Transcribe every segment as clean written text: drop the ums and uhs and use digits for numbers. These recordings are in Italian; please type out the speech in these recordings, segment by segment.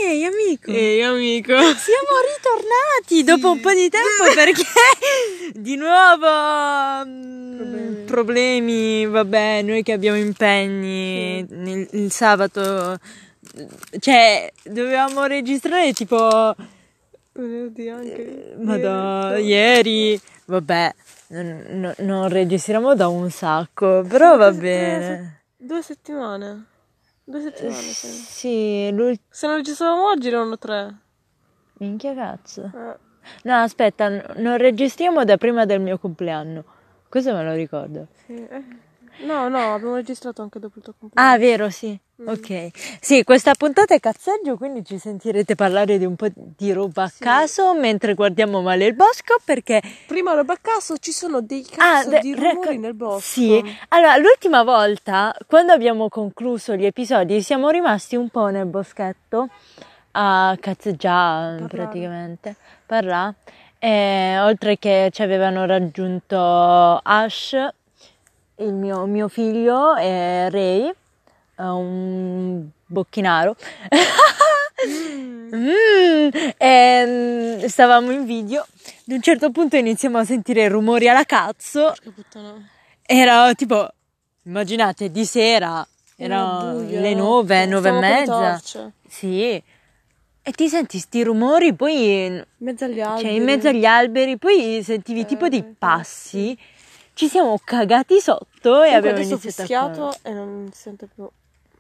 Ehi amico! Ehi amico! Siamo ritornati dopo un po' di tempo perché di nuovo problemi, vabbè, noi che abbiamo impegni il sabato, cioè dovevamo registrare tipo Venerdì anche. ieri, vabbè, non registriamo da un sacco, però va bene. 2 settimane. 2 settimane, sì. Sì, Se non registavamo oggi erano 3. minchia cazzo. No, aspetta, non registriamo da prima del mio compleanno. Questo me lo ricordo. Sì. No, abbiamo registrato anche dopo il tuo compleanno. Ah, vero, sì. Ok. Sì, questa puntata è cazzeggio, quindi ci sentirete parlare di un po' di roba a caso mentre guardiamo male il bosco, perché... Prima roba a caso, ci sono dei cazzo di rumori nel bosco. Sì. Allora, l'ultima volta, quando abbiamo concluso gli episodi, siamo rimasti un po' nel boschetto a cazzeggiare, praticamente. Parla. Oltre che ci avevano raggiunto Ash, il mio figlio, e Ray, un bocchinaro. Stavamo in video. Ad un certo punto iniziamo a sentire rumori alla cazzo. Che puttana. Era tipo, immaginate, di sera, erano le 9 e mezza. Sì. E ti senti sti rumori, poi In mezzo agli alberi. cioè in mezzo agli alberi, poi sentivi tipo dei passi. Ci siamo cagati sotto e abbiamo adesso ho iniziato fischiato e non si sente più.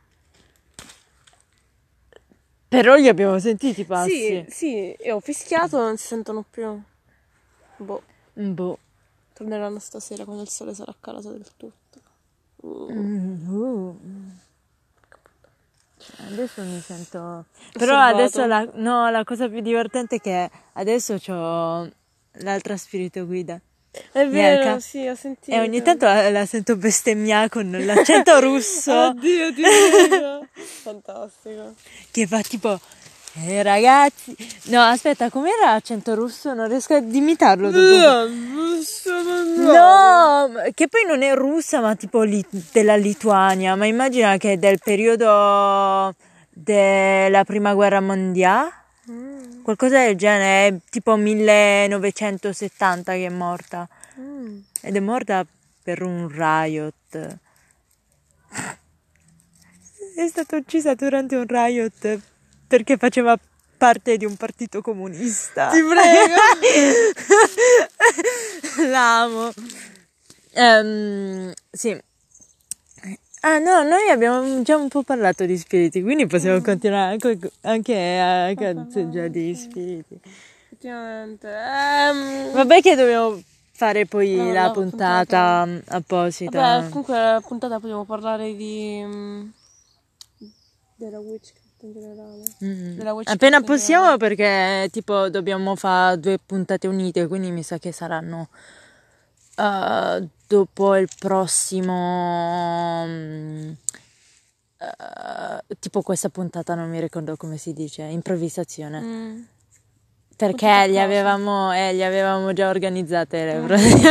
Però li abbiamo sentiti i passi. Sì, e ho fischiato e non si sentono più. Boh. Torneranno stasera quando il sole sarà calato del tutto. Adesso mi sento... Però adesso la cosa più divertente è che adesso c'ho l'altra spirito guida. È vero, Bianca. sì, ho sentito. E ogni tanto la sento bestemmiare con l'accento russo. Oddio, ti prego. Fantastico. Che fa tipo... ragazzi... No, aspetta, com'era l'accento russo? Non riesco ad imitarlo. No, che poi non è russa, ma tipo della Lituania. Ma immagina che è del periodo della prima guerra mondiale. Qualcosa del genere, è tipo 1970 che è morta. Ed è morta per un riot. È stata uccisa durante un riot perché faceva parte di un partito comunista. Ti prego. L'amo. Sì. Ah no, noi abbiamo già un po' parlato di spiriti, quindi possiamo continuare anche a cazzeggiare di spiriti. Effettivamente. Vabbè che dobbiamo fare poi la puntata apposita. Vabbè, comunque la puntata possiamo parlare della witchcraft in generale. Della witchcraft Appena in possiamo, generale. perché tipo dobbiamo fare 2 puntate unite, quindi mi sa che saranno dopo il prossimo tipo questa puntata, non mi ricordo come si dice, improvvisazione. Perché li avevamo già organizzate le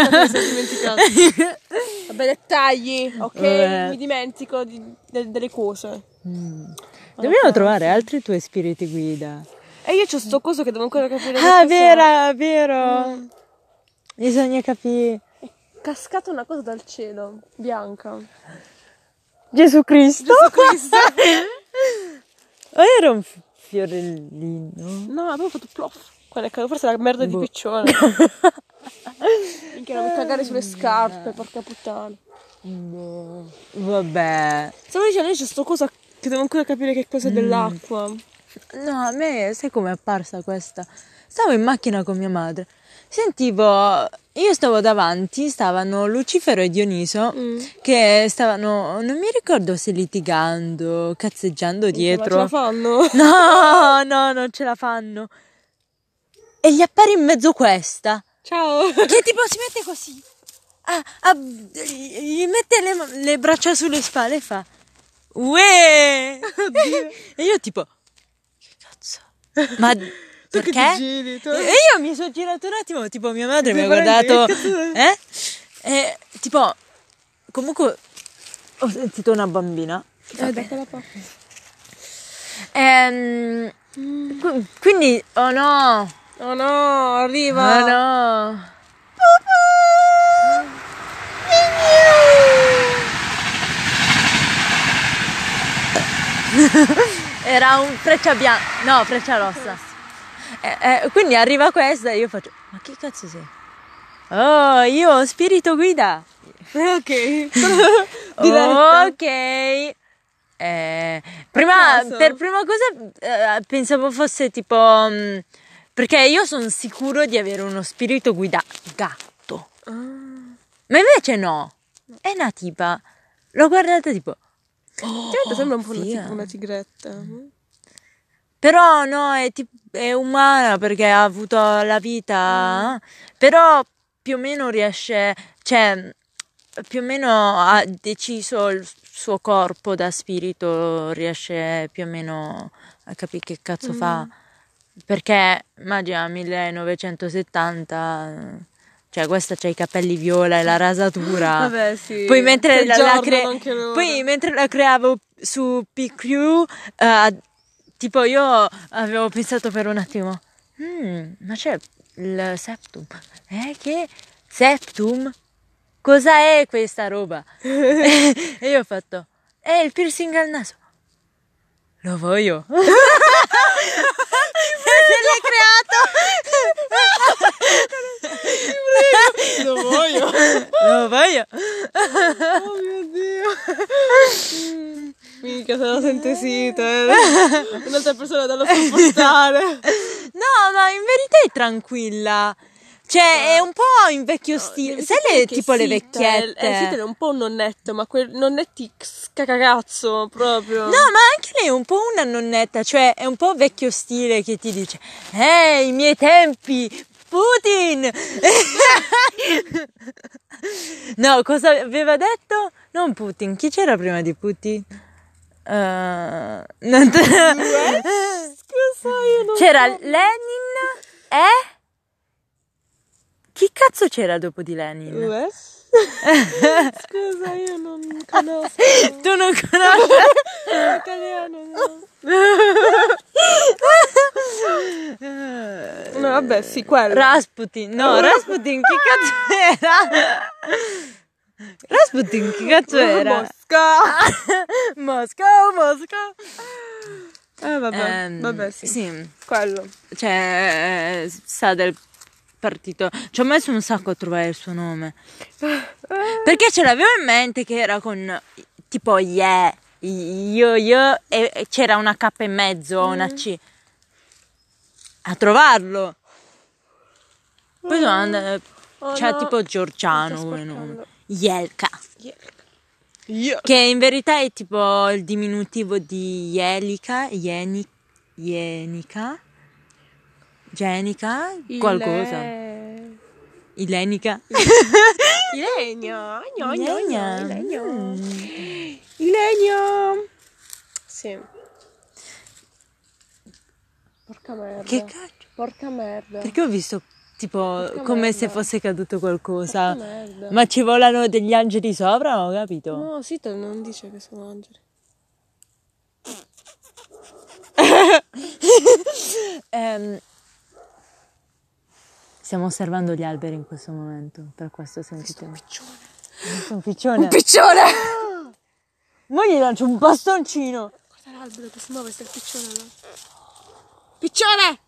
Vabbè, dettagli, ok? Mi dimentico delle cose. Dobbiamo trovare altri tuoi spiriti guida. E io c'ho sto coso che devo ancora capire. Ah, vero. Bisogna capire. È cascata una cosa dal cielo, bianca. Gesù Cristo. O era un fiorellino? No, avevo fatto plof. Quella è forse la merda di piccione. Minchia, non mi cagare sulle scarpe, porca puttana. Vabbè. Stavo dicendo, io c'ho sto coso che devo ancora capire che cosa è dell'acqua. No, a me, sai com'è apparsa questa? Stavo in macchina con mia madre. Sentivo, io stavo davanti, stavano Lucifero e Dioniso che stavano, non mi ricordo se litigando, cazzeggiando dietro. Ma ce la fanno? No, non ce la fanno. E gli appare in mezzo questa. Ciao. Che tipo si mette così. Gli mette le braccia sulle spalle e fa uè. E io tipo, che cazzo? Ma perché? Giri, E io mi sono girato un attimo, tipo mia madre mi ha guardato, e tipo, comunque ho sentito una bambina. Da quella parte. Quindi, oh no! Oh no, arriva! Oh no! Era un freccia bianca, no, freccia rossa. Quindi arriva questa e io faccio, ma che cazzo sei? Oh, io spirito guida. Ok. Ok. Per prima cosa pensavo fosse tipo perché io sono sicuro di avere uno spirito guida gatto. Ma invece no. È una tipa. L'ho guardata tipo Sembra un po' figa. una tigretta. Però no, è umana perché ha avuto la vita, però più o meno riesce, cioè più o meno ha deciso il suo corpo da spirito, riesce più o meno a capire che cazzo fa. Perché immagina 1970, cioè questa c'ha i capelli viola e la rasatura. Vabbè, sì. Poi mentre Poi mentre la creavo su PQ, tipo io avevo pensato per un attimo, ma c'è il septum. Che? Septum? Cosa è questa roba? E io ho fatto, è il piercing al naso. Lo voglio. Se l'hai creato. Lo voglio. Lo voglio. Oh mio Dio. Mica se la sente sita, un'altra persona da non sopportare. No, ma in verità è tranquilla. Cioè, è un po' in vecchio stile. Sai tipo le vecchiette? Sita è un po' un nonnetto, ma quel nonnetti scacagazzo proprio. No, ma anche lei è un po' una nonnetta, cioè è un po' vecchio stile che ti dice i miei tempi, Putin! No, cosa aveva detto? Non Putin, chi c'era prima di Putin? Scusa, io non C'era Lenin e... Chi cazzo c'era dopo di Lenin? Scusa, io non conosco. Tu non conosci? Italiano, no. No, vabbè, sì, quello. Rasputin, no, Rasputin, chi cazzo era? Rasputin, chi cazzo era? Mosca. Vabbè, sì. Sì, Quello. cioè, sa del partito. Ci ho messo un sacco a trovare il suo nome. Perché ce l'avevo in mente che era con tipo io e c'era una K in mezzo, una C. A trovarlo. Poi sono andata, c'è tipo Giorgiano come nome. Jelka. Che in verità è tipo il diminutivo di Jenica, Genica, qualcosa. Ilenica. Ilegno. Sì. Porca merda. Che cacchio? Porca merda. Perché ho visto tipo Porca come merda. se fosse caduto qualcosa. Porca merda. Ma ci volano degli angeli sopra? Non ho capito. No, Sita non dice che sono angeli. Stiamo osservando gli alberi in questo momento, per questo sentite. Un piccione. Un piccione. Ma gli lancio un bastoncino. Guarda l'albero che si muove, sta il piccione là. Piccione!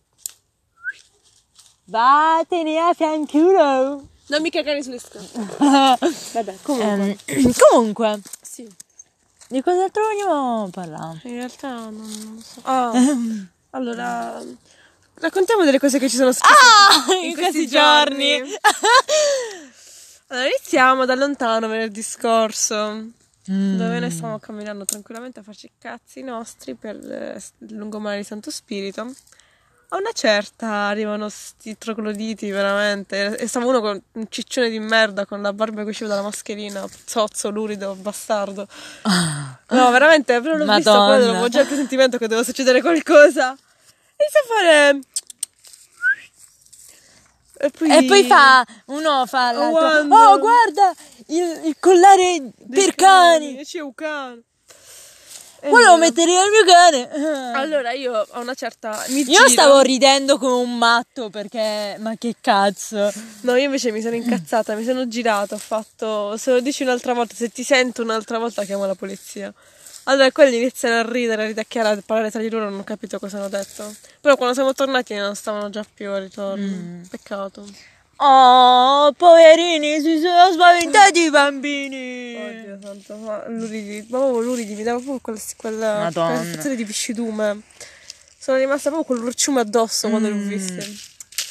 Vattene a fianculo. Non mi cagare sulle scarpe. Vabbè, Comunque. Sì. Di cos'altro vogliamo parlare? In realtà non so. Allora, raccontiamo delle cose che ci sono successe in questi giorni. Allora, iniziamo da lontano venerdì scorso, dove noi stavamo camminando tranquillamente a farci i cazzi nostri per il lungomare di Santo Spirito. A una certa arrivano sti trogloditi veramente, e stava uno con un ciccione di merda con la barba che usciva dalla mascherina, zozzo, lurido, bastardo. No, veramente, però l'ho visto, poi avevo già il presentimento che doveva succedere qualcosa. Inizia a fare... E poi uno fa l'altro. Oh, guarda il collare per cani. C'è un cane. Volevo mettere il mio cane. Allora io a una certa mi Io giro. stavo ridendo come un matto perché, ma che cazzo. No, io invece mi sono incazzata, mi sono girata, ho fatto, se lo dici un'altra volta, se ti sento un'altra volta chiamo la polizia. Allora quelli iniziano a ridere, a ridacchiare, a parlare tra di loro, non ho capito cosa hanno detto. Però quando siamo tornati non stavano già più a ritorno. Peccato. Oh, poverini, si sono spaventati i bambini. Oddio santo, ma luridi, mi dava proprio quella Madonna. sensazione di piscidume. Sono rimasta proprio con l'urciume addosso quando li ho visti.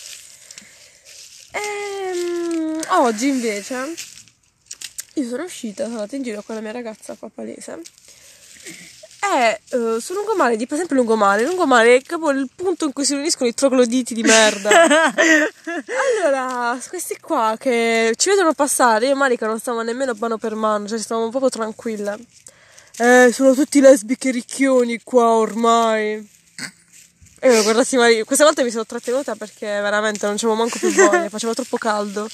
Oggi invece io sono uscita, sono andata in giro con la mia ragazza qua a Palese e sul lungomare, sempre lungomare è proprio il punto in cui si riuniscono i trogloditi di merda. Allora, questi qua che ci vedono passare, io e Marica non stavamo nemmeno mano per mano, cioè stavamo proprio tranquille. Sono tutti lesbiche ricchioni qua ormai. E io guardassi Marica, questa volta mi sono trattenuta perché veramente non c'avevo manco più voglia, faceva troppo caldo.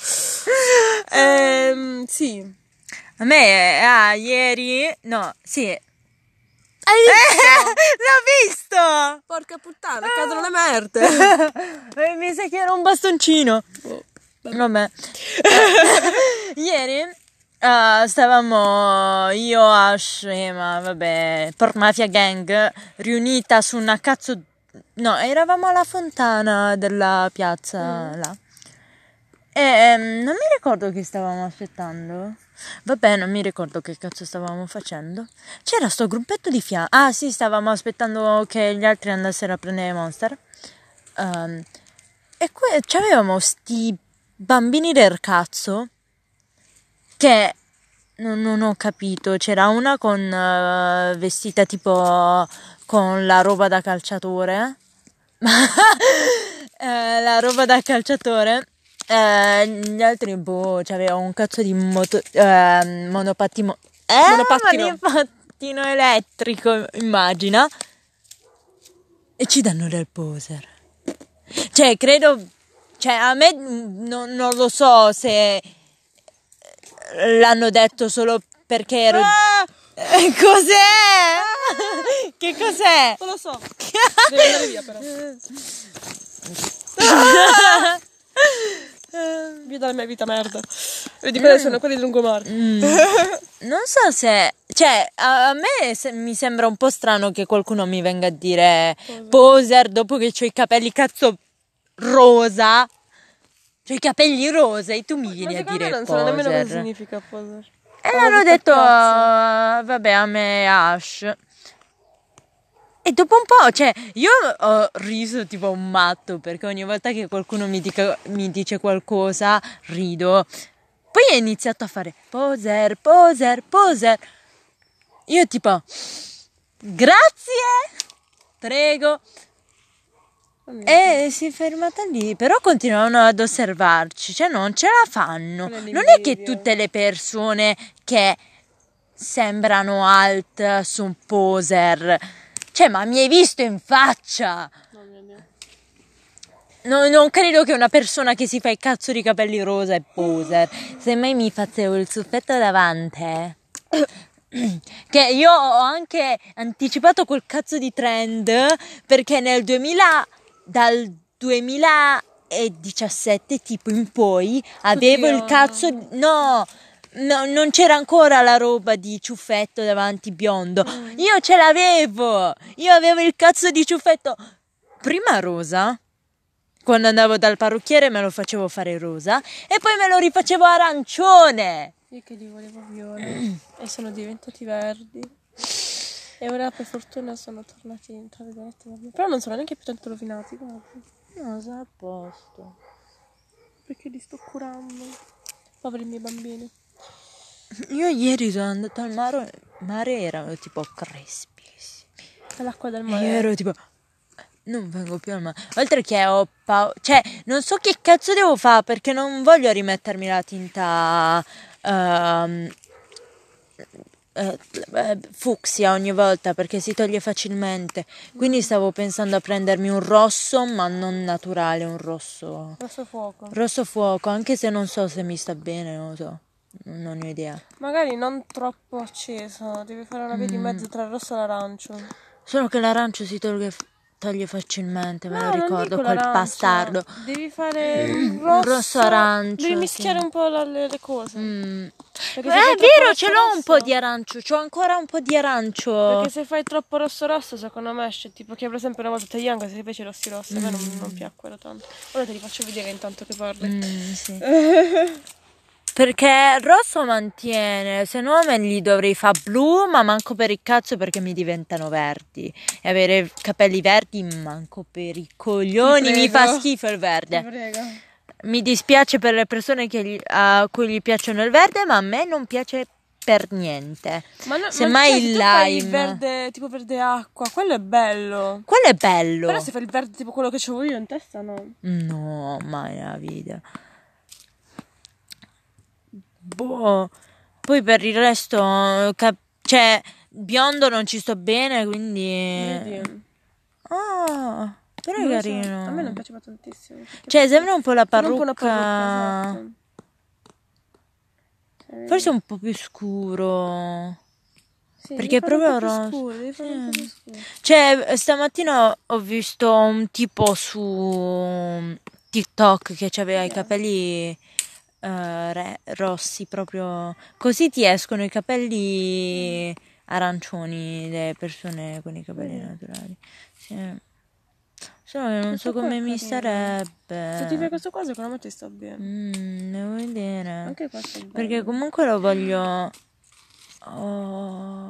Sì. A me, ieri, no, sì. Hai visto? L'ho visto! Porca puttana, cadono le merde. Mi sa che era un bastoncino. Vabbè. Ieri stavamo io, Ash, ma vabbè, Portmafia Gang, riunita su una cazzo... No, eravamo alla fontana della piazza là. E non mi ricordo che stavamo aspettando. Vabbè, non mi ricordo che cazzo stavamo facendo. C'era sto gruppetto di fianco. Ah sì, stavamo aspettando che gli altri andassero a prendere Monster. E c'avevamo sti bambini del cazzo che non ho capito. C'era una con vestita tipo con la roba da calciatore. La roba da calciatore. Gli altri c'aveva un cazzo di monopattino elettrico, immagina, e ci danno del poser. Cioè credo, cioè a me non lo so se l'hanno detto solo perché ero... Cos'è? Che cos'è? Non lo so. Devo andare via però. Via dalla mia vita, merda. Vedi, quelli sono quelli del lungomare. Non so se... Cioè, a me mi sembra un po' strano che qualcuno mi venga a dire poser dopo che ho i capelli cazzo rosa. C'ho i capelli rosa e tu mi vieni a dire non poser. so nemmeno cosa significa poser. E l'hanno detto, vabbè, a me Ash. E dopo un po', cioè, io ho riso tipo un matto, perché ogni volta che qualcuno mi dice qualcosa, rido. Poi è iniziato a fare poser, poser, poser. Io tipo, grazie, prego. E si è fermata lì, però continuano ad osservarci, cioè non ce la fanno. Non è che tutte le persone che sembrano alt sono poser. Cioè, ma mi hai visto in faccia? Non credo che una persona che si fa il cazzo di capelli rosa è poser. Semmai mi facevo il soffetto davanti. Che io ho anche anticipato quel cazzo di trend, perché dal 2017 tipo in poi avevo il cazzo... No, non c'era ancora la roba di ciuffetto davanti biondo. Io ce l'avevo. Io avevo il cazzo di ciuffetto prima rosa. Quando andavo dal parrucchiere me lo facevo fare rosa e poi me lo rifacevo arancione. Io che li volevo viola e sono diventati verdi. E ora per fortuna sono tornati tra virgolette bambini. Però non sono neanche più tanto rovinati, guarda. No, sono a posto. Perché li sto curando. Poveri miei bambini. Io ieri sono andata al mare erano tipo crespissimi. L'acqua del E mare. io ero tipo, non vengo più al mare. Oltre che ho paura, cioè non so che cazzo devo fare perché non voglio rimettermi la tinta fucsia ogni volta perché si toglie facilmente. Quindi stavo pensando a prendermi un rosso, ma non naturale, un rosso Rosso fuoco. fuoco, anche se non so se mi sta bene, non lo so. Non ho idea. Magari non troppo accesa, devi fare una via di mezzo tra il rosso e l'arancio. Solo che l'arancio si toglie facilmente, me lo No, non ricordo, dico quel l'arancio, bastardo. devi fare un Un rosso arancio. devi mischiare sì. un po' le cose. Perché se È fai troppo vero, ce l'ho un po' rosso-rosso- di arancio, c'ho ancora un po' di arancio. Perché se fai troppo rosso secondo me esce, tipo che per esempio una volta Taglianca se fece rossi rossi, a me non piacquero tanto. Ora te li faccio vedere intanto che parli. Sì. Perché il rosso mantiene, se no me li dovrei fare blu, ma manco per il cazzo perché mi diventano verdi. E avere capelli verdi manco per i coglioni, mi fa prego. schifo il Ti verde. prego. Mi dispiace per le persone a cui gli piacciono il verde, ma a me non piace per niente. Semmai cioè, il se tu fai il lime. verde, tipo verde acqua, quello è bello. Quello è bello. Però se fai il verde tipo quello che c'avevo io in testa, no. No, mai nella vita. Boh. Poi per il resto, cioè, biondo non ci sto bene, quindi... Vedi? Ah, però è Non lo so, carino. a me non piaceva tantissimo. Cioè, sembra un po' la Sembra un po' una parrucca. esatto. Cioè, Forse un po' più scuro. sì, Perché è devi farlo proprio un po' più rosa. scuro, devi farlo un po' più scuro. Cioè, stamattina ho visto un tipo su TikTok che aveva i capelli rossi, proprio così ti escono i capelli arancioni delle persone con i capelli naturali. Sì. Solo che non Questo so qua come è mi carino. Se ti fai starebbe. questo qua secondo me ti sta bene. Devo vedere. Anche questo è bello. Perché comunque lo voglio. Oh.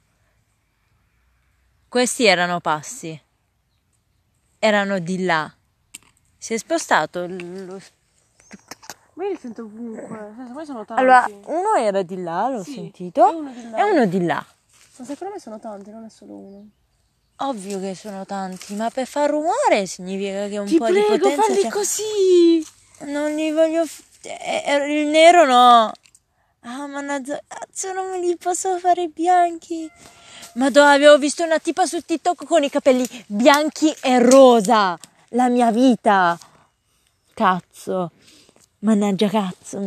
Questi erano passi. Erano di là. Si è spostato Ma io li sento ovunque, nel senso, poi sono tanti. Allora, uno era di là, l'ho Sì, sentito, e uno di là. e uno di là. Ma secondo me sono tanti, non è solo uno. Ovvio che sono tanti, ma per far rumore significa che un Ti po' di prego, potenza falli c'è. così! Non li voglio. Il nero no. Ah, mannaggia, cazzo, non me li posso fare bianchi. Madonna, avevo visto una tipa su TikTok con i capelli bianchi e rosa. La mia vita. Cazzo. Mannaggia cazzo.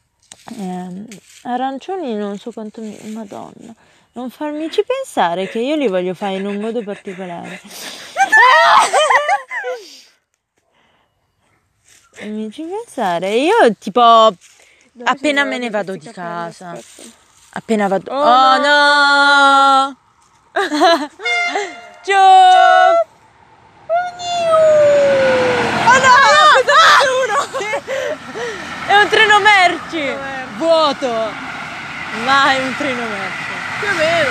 Arancioni non so quanto Madonna. Non farmici pensare che io li voglio fare in un modo particolare. Farmici pensare. Io tipo appena me ne vado di casa. Aspetta. Appena vado. Oh, Oh no! Ciao! Oh no! È un treno merci! Vuoto! Ma è un treno merci. Più o meno.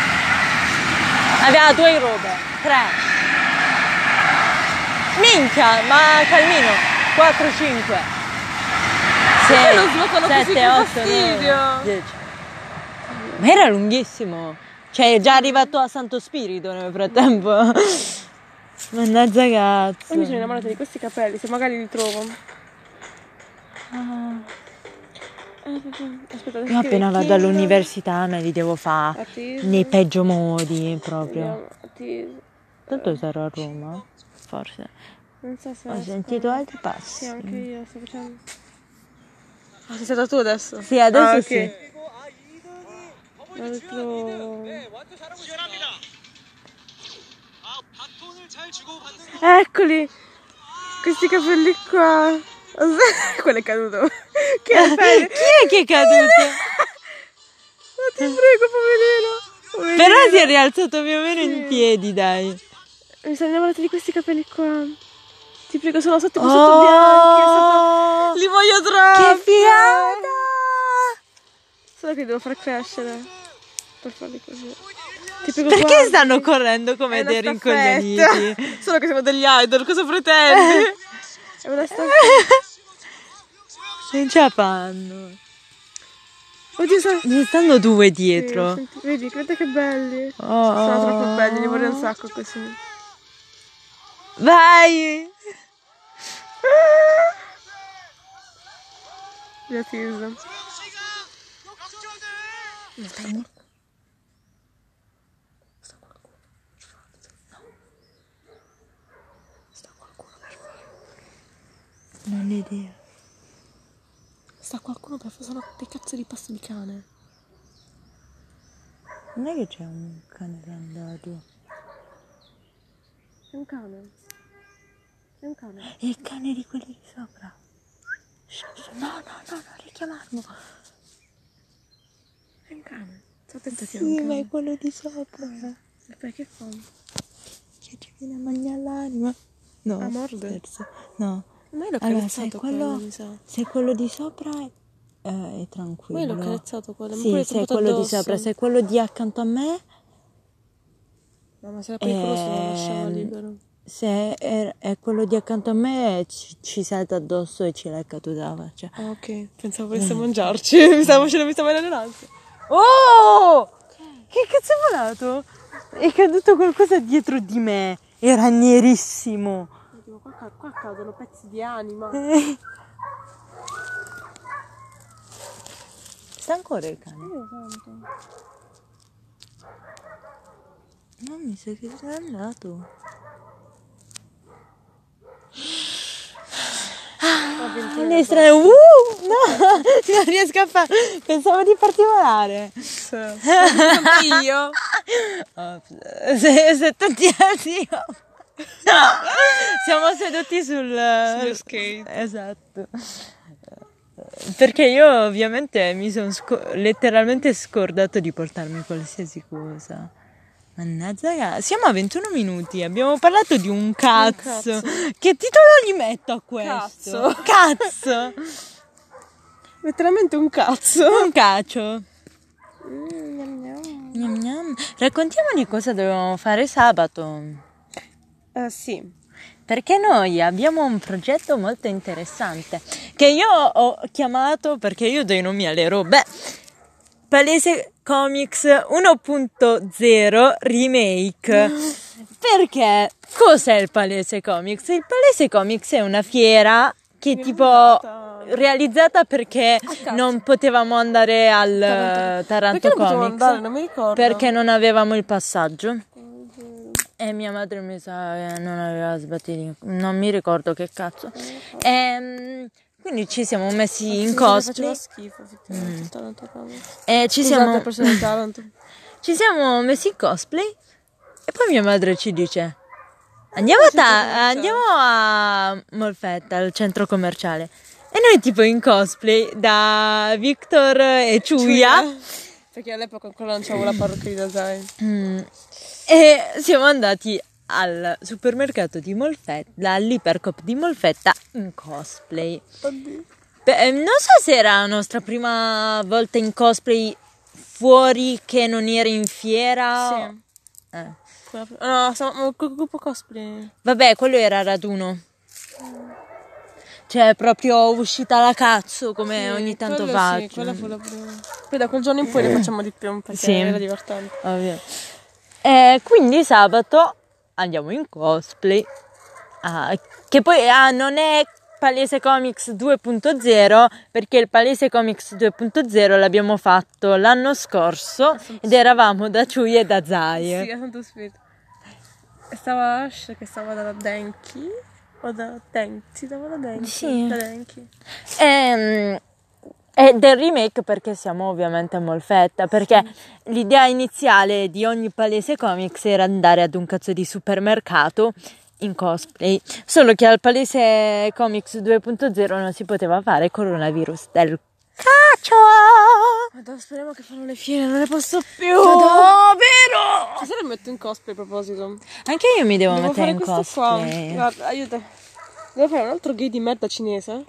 Aveva 2 robe. 3. Minchia, ma calmino. 4, 5. Perché non svuotano così, 7, che 8, fastidio. 9, 10. Ma era lunghissimo. Cioè, è già arrivato a Santo Spirito nel frattempo. Mannaggia cazzo. Poi mi sono innamorata di questi capelli, se magari li trovo. Aspetta, Io appena vado all'università me li devo fare Attis. nei peggio modi proprio. Attis. Tanto sarò a Roma, forse. Non so se Ho sentito altri Sì, passi. anche io sto facendo. Ah, sei stata tu adesso? Sì, adesso ok. sì. Altro. Eccoli! Questi capelli qua. Quello è caduto. Che bello. Chi è che è caduto? Ma ti prego, poverino. Però si è rialzato più o meno in piedi, dai. Mi sono innamorata di questi capelli qua. Ti prego, sono sotto bianchi. Li voglio troppo. Che figata! Solo che li devo far crescere. Per farli così. Ti prego, Perché guarda. stanno correndo come È una dei staffetta. rincoglioniti? Solo che siamo degli idol, cosa pretendi? È una staffetta. Non ce la fanno. Oddio, Ne stanno 2 dietro. Sì, vedi, guarda che belli. Oh. Sono troppo belli, li vorrei un sacco così. Vai! La teso. Non ho idea. sta qualcuno per fare sono dei cazzo di passi di cane. Non è che c'è un cane andato. È un cane. È un cane. È il cane di quelli di sopra. No, non richiamarlo. È un cane. Sto attento che è Sì, un cane. ma è quello di sopra. E poi che fa? Che ci viene a mangiare l'anima. No, Ah, morde? scherzo. No. Ma io l'ho Allora, carezzato quello, mi sa. se quello di sopra è tranquillo. Ma io l'ho carezzato quello. Ma Sì, pure se è è quello di addosso. sopra, se è quello di accanto a me, No, ma se era pericoloso non lo lasciava libero. se è quello di accanto a me, ci salta addosso e ci lecca tutta la faccia. Ah, ok. Pensavo volesse mangiarci. Mi stava venendo l'ansia. Oh! Che cazzo è volato? È caduto qualcosa dietro di me. Era nerissimo. Oddio, qua cadono pezzi di anima. Sta ancora il cane? Io tanto. No, mi sa che se n'è andato. No, non riesco a fare. Pensavo di farti volare. Io. Se tutti io. Siamo seduti Sullo skate. Esatto. Perché io ovviamente mi sono letteralmente scordato di portarmi qualsiasi cosa. Mannaggia, siamo a 21 minuti, abbiamo parlato di un cazzo. Che titolo gli metto a questo? Cazzo! Letteralmente un cazzo. Un cacio. Gnam gnam. Raccontiamone cosa dovevamo fare sabato. Sì. Perché noi abbiamo un progetto molto interessante che io ho chiamato, perché io do i nomi alle robe, Palese Comics 1.0 Remake. Perché? Cos'è il Palese Comics? Il Palese Comics è una fiera che tipo realizzata perché non potevamo andare al Taranto Comics andare? Non mi ricordo. perché non avevamo il passaggio. E mia madre mi sa che non aveva sbattiti, non mi ricordo che cazzo. Quindi ci siamo messi in cosplay. Faceva schifo, effettivamente, il Taranto Comics. E ci siamo Taranto. ci siamo messi in cosplay e poi mia madre ci dice andiamo a Molfetta, al centro commerciale. E noi tipo in cosplay da Victor e Ciuia. Perché all'epoca ancora non c'avevo la parrucca di Dazai. E siamo andati al supermercato di Molfetta, all'Ipercop di Molfetta in cosplay. Oddio. Non so se era la nostra prima volta in cosplay fuori che non era in fiera. Sì. No, siamo col gruppo cosplay. Vabbè, quello era raduno. Cioè, proprio uscita alla cazzo, come ogni tanto faccio. Sì, quella fu la prima. Poi da quel giorno in poi ne facciamo di più, perché Sì. era divertente. Ovvio. Quindi sabato andiamo in cosplay. Che poi non è Palese Comics 2.0, perché il Palese Comics 2.0 l'abbiamo fatto l'anno scorso ed eravamo da Ciui e da Zai. Sì, a Santo Spirito. E stava Ash che stava dalla Denki. O da Denki. Si stava da Denki. Sì. Da Denki. E del remake perché siamo ovviamente a Molfetta, perché l'idea iniziale di ogni Palese Comics era andare ad un cazzo di supermercato in cosplay, solo che al Palese Comics 2.0 non si poteva fare coronavirus del caccio. Madonna, speriamo che fanno le fiere, non ne posso più. No, vero? Stasera mi metto in cosplay a proposito. Anche io mi devo mettere fare in questo cosplay. qua. Guarda, aiuta. Devo fare un altro gay di merda cinese.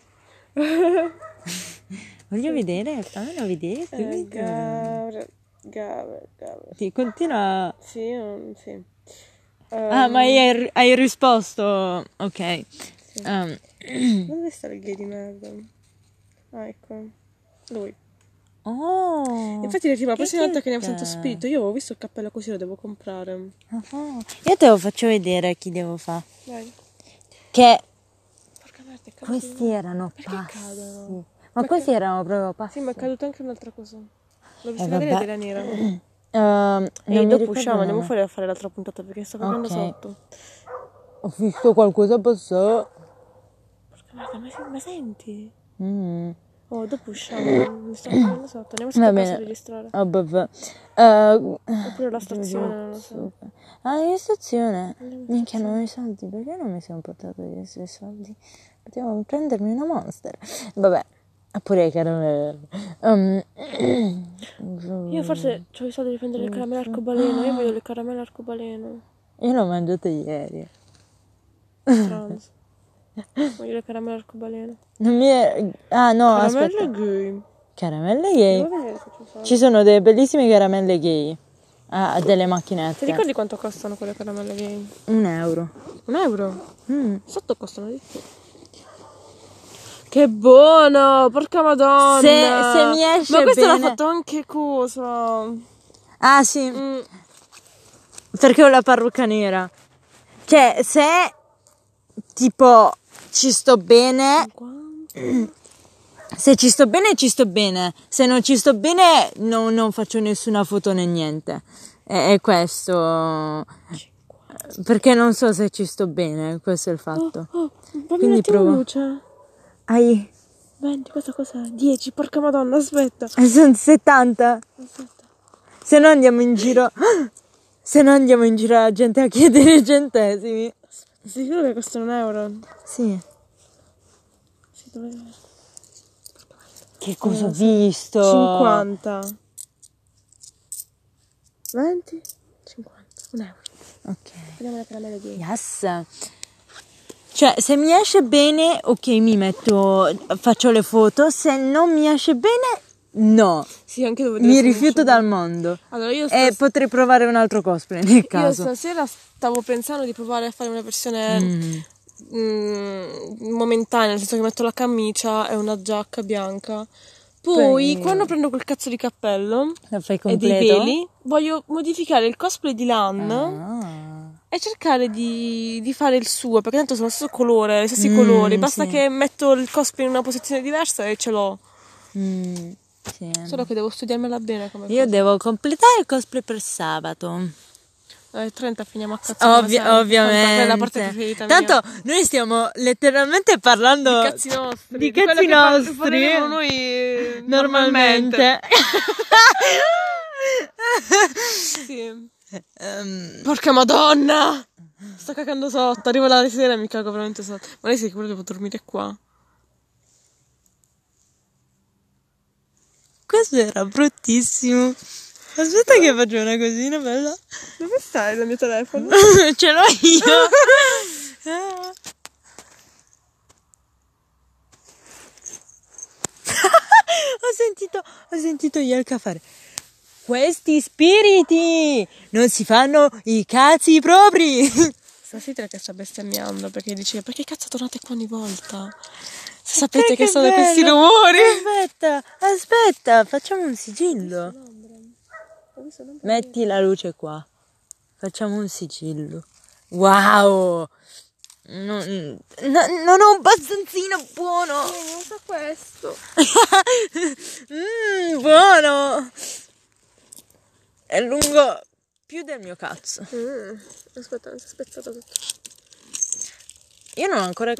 Voglio vedere, fammelo vedere. Gabriel. Sì, continua. Sì, sì. Ma hai risposto? Ok. Sì. Dove sta il gay di merda? Ah, ecco. Lui. Oh. Infatti la prossima volta che andiamo a Santo Spirito, io avevo visto il cappello così, lo devo comprare. Io te lo faccio vedere chi devo fare. Dai. Che Porca merda, è caduto. questi erano Perché passi. cadono? Ma questi erano proprio passi. Sì, ma è caduta anche un'altra cosa. L'ho vista vabbè. cadere della nera. Non E mi dopo ricordo usciamo, andiamo nome. fuori a fare l'altra puntata perché sto facendo sotto. Ho visto qualcosa passare. Porca merda, ma senti? Mm. Oh, dopo usciamo. Mi sto facendo sotto. Andiamo Va a casa bene. a registrare. Oh, vabbè. Oppure la stazione, non lo so. Ah, in stazione? Minchia, non ho i soldi. Perché non mi sono portato io i suoi soldi? Potevo prendermi una Monster. Vabbè. Pure le caramelle. Io forse ho i soldi di prendere le caramelle arcobaleno. Io voglio le caramelle arcobaleno. Io l'ho mangiato ieri. Trans. Voglio le caramelle arcobaleno. Non mi è... Ah, no, Caramelle aspetta. gay. Caramelle gay? Devo vedere se ci sono. Ci sono delle bellissime caramelle gay. Ah, delle Ti macchinette. ricordi quanto costano quelle caramelle gay? €1. 1 euro? Mm. Sotto costano di più. Che buono! Porca madonna! Se mi esce Ma questo bene... l'ha fatto anche cosa? Ah, sì. Perché ho la parrucca nera. Cioè, se tipo ci sto bene, se ci sto bene, ci sto bene. Se non ci sto bene, non faccio nessuna foto né niente. È questo. Perché non so se ci sto bene, questo è il fatto. Quindi provo. luce. Ai, 20, questa cos'è? 10, porca madonna, aspetta. sono 70. Aspetta. Se no andiamo in giro. Se no andiamo in giro alla gente a chiedere i centesimi. Sicuro che costano 1 euro? Sì. Sì, dove... Che cosa ho visto? 50. 20? 50. 1 euro. Ok. Vediamo la caramella di Yes. Cioè, se mi esce bene, ok, mi metto, faccio le foto. Se non mi esce bene, no. Sì, anche devo Mi rifiuto dal mondo. Allora, io E potrei provare un altro cosplay nel Io caso. stasera stavo pensando di provare a fare una versione momentanea, nel senso che metto la camicia e una giacca bianca. Poi, quando prendo quel cazzo di cappello La fai e dei completo? veli, voglio modificare il cosplay di Lan e cercare di fare il suo, perché tanto sono lo stesso colore, gli stessi colori. Basta sì. che metto il cosplay in una posizione diversa e ce l'ho. Sì. Solo che devo studiarmela bene come Io devo completare il cosplay per sabato. 30 finiamo a cazzo come sempre. Ovviamente. È la parte preferita mia. Tanto noi stiamo letteralmente parlando Di cazzi nostri. Di quello cazzi che nostri. parleremo noi normalmente. Sì. Porca madonna! Sto cagando sotto. Arrivo la sera e mi cago veramente sotto. Ma lei sicuro devo dormire qua? Questo era bruttissimo. Aspetta che faccio una cosina bella. Dove stai il mio telefono? Ce l'ho io. Ho sentito Yelka fare. Questi spiriti non si fanno i cazzi propri. Stasera che sta bestemmiando perché dice perché cazzo tornate qua ogni volta? Se sapete che sono questi rumori. Aspetta, facciamo un sigillo. Metti la luce qua. Facciamo un sigillo. Wow! Non ho un bastoncino buono. Non so questo. Buono. È lungo più del mio cazzo. Aspetta, mi si è spezzato tutto. Io non ho ancora...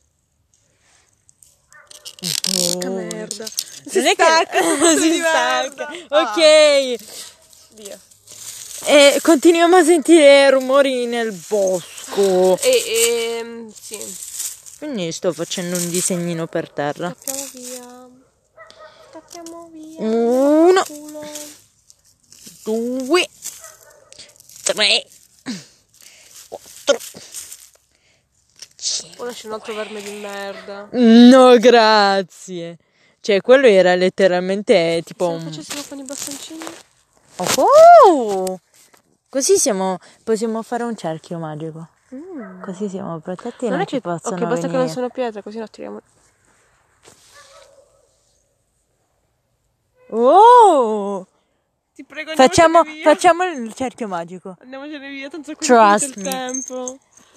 Che merda. Non è che si stacca. Ok. Via. E continuiamo a sentire rumori nel bosco. Sì. Quindi sto facendo un disegnino per terra. Scappiamo via. 1, 2, 3, 4, 5. Ora c'è un altro verme di merda. No, grazie. Cioè, quello era letteralmente tipo Se lo facessimo con i bastoncini? Oh! Così possiamo fare un cerchio magico. Così siamo protetti e non ci possono ok, basta venire. che non sono pietre, così non tiriamo. Oh! Ti prego, facciamo il cerchio magico. Andiamocene via, tanto qui Trust il me. tempo.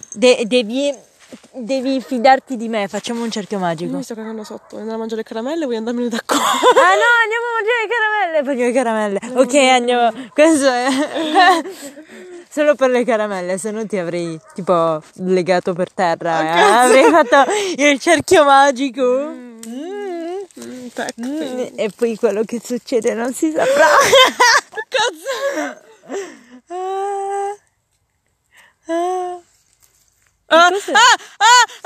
Devi fidarti di me, facciamo un cerchio Io magico. mi sto cagando sotto, voglio andare a mangiare le caramelle, voglio andarmene da qua. Ah no, andiamo a mangiare le caramelle. Facciamo le caramelle. Ok, andiamo. Questo è solo per le caramelle, se no ti avrei tipo legato per terra. Avrei fatto il cerchio magico. Ecco, E poi quello che succede non si saprà. cazzo. Ah, ah. Ah, Cos'è? ah, ah,